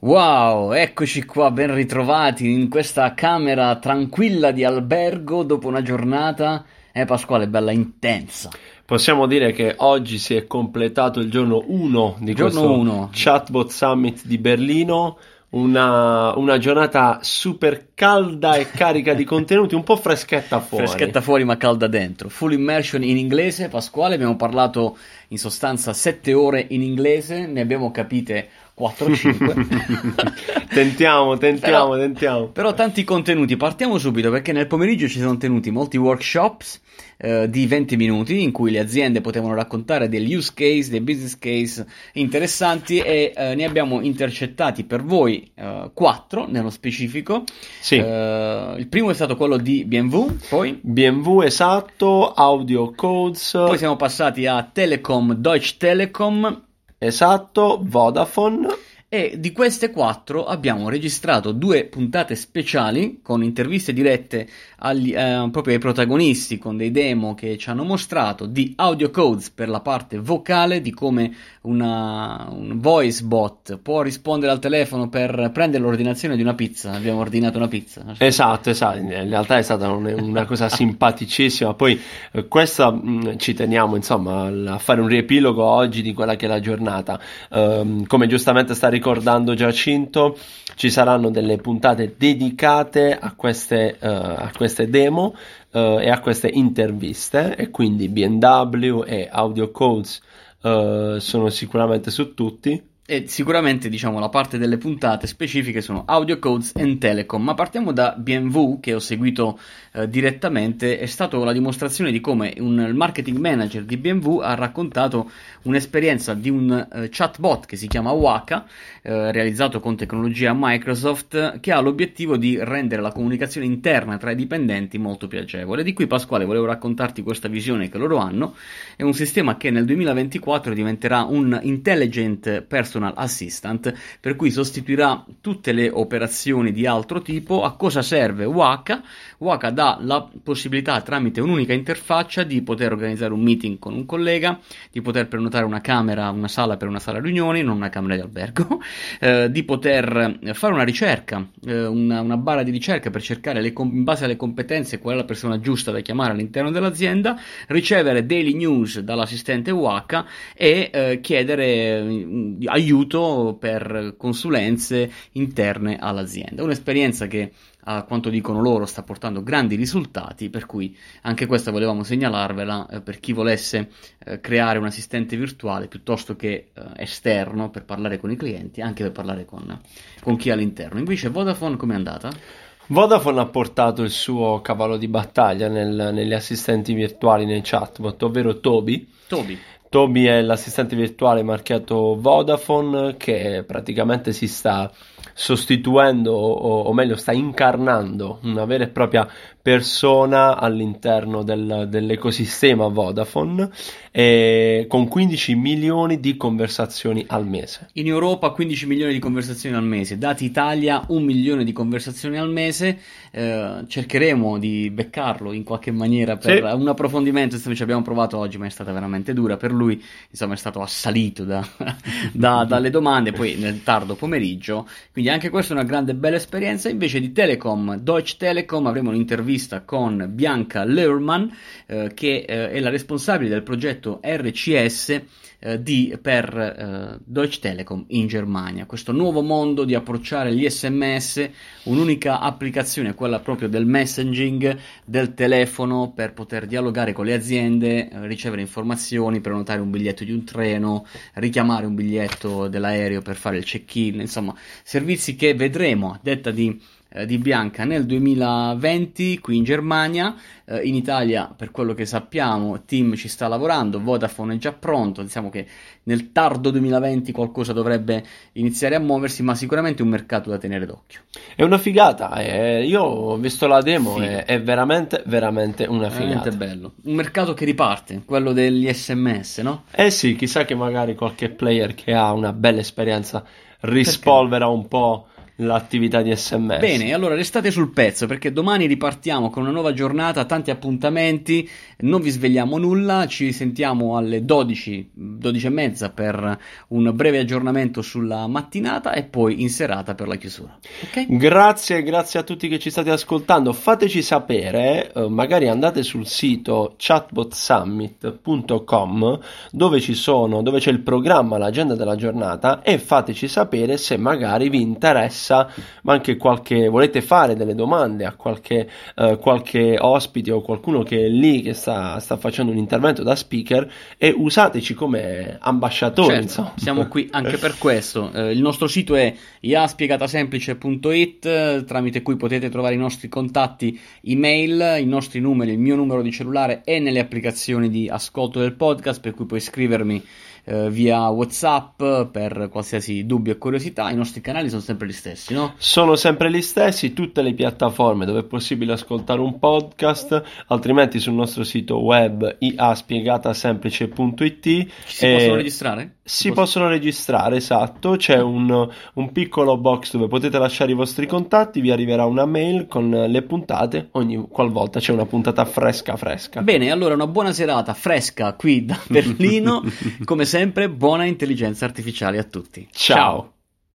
Wow, eccoci qua, ben ritrovati in questa camera tranquilla di albergo dopo una giornata, Pasquale, bella intensa. Possiamo dire che oggi si è completato il giorno 1 di Giorno questo 1, Chatbot Summit di Berlino, una giornata super calda e carica di contenuti, un po' freschetta fuori. freschetta fuori ma calda dentro. Full immersion in inglese, Pasquale, abbiamo parlato in sostanza 7 ore in inglese, ne abbiamo capite 4-5. Tentiamo. Però tanti contenuti, partiamo subito perché nel pomeriggio ci sono tenuti molti workshops di 20 minuti in cui le aziende potevano raccontare degli use case, dei business case interessanti e ne abbiamo intercettati per voi 4 nello specifico. Sì. Il primo è stato quello di BMW, poi BMW, esatto, Audio Codes, poi siamo passati a Telecom, Deutsche Telekom, esatto, Vodafone. e di queste 4 abbiamo registrato 2 puntate speciali con interviste dirette proprio ai protagonisti, con dei demo che ci hanno mostrato, di Audio Codes per la parte vocale, di come un voice bot può rispondere al telefono per prendere l'ordinazione di una pizza. Abbiamo ordinato una pizza. Esatto, in realtà è stata una cosa simpaticissima. Poi questa ci teniamo insomma a fare un riepilogo oggi di quella che è la giornata. Come giustamente sta ricordando Giacinto, ci saranno delle puntate dedicate a queste demo e a queste interviste, e quindi BMW e Audio Codes sono sicuramente su tutti. E sicuramente, diciamo, la parte delle puntate specifiche sono Audio Codes e Telecom, ma partiamo da BMW, che ho seguito direttamente. È stata la dimostrazione di come il marketing manager di BMW ha raccontato un'esperienza di un chatbot che si chiama Waka, realizzato con tecnologia Microsoft, che ha l'obiettivo di rendere la comunicazione interna tra i dipendenti molto più agevole. Di qui, Pasquale, volevo raccontarti questa visione che loro hanno. È un sistema che nel 2024 diventerà un intelligent personal assistant, per cui sostituirà tutte le operazioni di altro tipo. A cosa serve Waka? Waka dà la possibilità, tramite un'unica interfaccia, di poter organizzare un meeting con un collega, di poter prenotare una sala per una sala riunioni, non una camera di albergo, di poter fare una ricerca, una barra di ricerca per cercare in base alle competenze qual è la persona giusta da chiamare all'interno dell'azienda, ricevere daily news dall'assistente Waka e chiedere aiuto per consulenze interne all'azienda. Un'esperienza che, a quanto dicono loro, sta portando grandi risultati, per cui anche questa volevamo segnalarvela per chi volesse creare un assistente virtuale piuttosto che esterno per parlare con i clienti, anche per parlare con chi è all'interno. Invece Vodafone com'è andata? Vodafone ha portato il suo cavallo di battaglia negli assistenti virtuali, nei chatbot, ovvero Toby. Toby è l'assistente virtuale marchiato Vodafone, che praticamente si sta sostituendo, o meglio sta incarnando una vera e propria persona all'interno dell'ecosistema Vodafone, con 15 milioni di conversazioni al mese. In Europa 15 milioni di conversazioni al mese, dati Italia 1 milione di conversazioni al mese. Cercheremo di beccarlo in qualche maniera per un approfondimento. Ci abbiamo provato oggi, ma è stata veramente dura per lui, insomma è stato assalito dalle domande poi nel tardo pomeriggio, quindi anche questa è una grande bella esperienza. Invece di Telecom, Deutsche Telekom, avremo un'intervista con Bianca Lehrmann, che è la responsabile del progetto RCS per Deutsche Telekom in Germania. Questo nuovo mondo di approcciare gli SMS, un'unica applicazione, quella proprio del messaging, del telefono, per poter dialogare con le aziende, ricevere informazioni, prenotare un biglietto di un treno, richiamare un biglietto dell'aereo per fare il check-in, insomma servizi che vedremo, a detta di Bianca, nel 2020 qui in Germania. In Italia, per quello che sappiamo, Team ci sta lavorando, Vodafone è già pronto, diciamo che nel tardo 2020 qualcosa dovrebbe iniziare a muoversi, ma sicuramente un mercato da tenere d'occhio. È una figata, io ho visto la demo, è veramente una figata. Veramente bello, un mercato che riparte, quello degli SMS, no? Sì, chissà che magari qualche player che ha una bella esperienza rispolvera un po' l'attività di SMS. Bene, allora restate sul pezzo perché domani ripartiamo con una nuova giornata, tanti appuntamenti, non vi svegliamo nulla, ci sentiamo alle 12 e mezza per un breve aggiornamento sulla mattinata e poi in serata per la chiusura. Okay? Grazie a tutti che ci state ascoltando, fateci sapere, magari andate sul sito chatbotsummit.com dove c'è il programma, l'agenda della giornata, e fateci sapere se magari vi interessa, ma anche volete fare delle domande a qualche ospite o qualcuno che è lì che sta facendo un intervento da speaker, e usateci come ambasciatori. Certo, insomma. siamo qui anche per questo. Il nostro sito è iaspiegatasemplice.it, tramite cui potete trovare i nostri contatti email, i nostri numeri, il mio numero di cellulare è nelle applicazioni di ascolto del podcast, per cui puoi scrivermi via WhatsApp per qualsiasi dubbio e curiosità. I nostri canali sono sempre gli stessi, no? Sono sempre gli stessi, tutte le piattaforme dove è possibile ascoltare un podcast, altrimenti sul nostro sito web iaspiegatasemplice.it. Si possono registrare? Si possono registrare, esatto. C'è un piccolo box dove potete lasciare i vostri contatti, vi arriverà una mail con le puntate, ogni qualvolta c'è una puntata fresca. Bene, allora una buona serata fresca qui da Berlino. Come sempre, buona intelligenza artificiale a tutti. Ciao.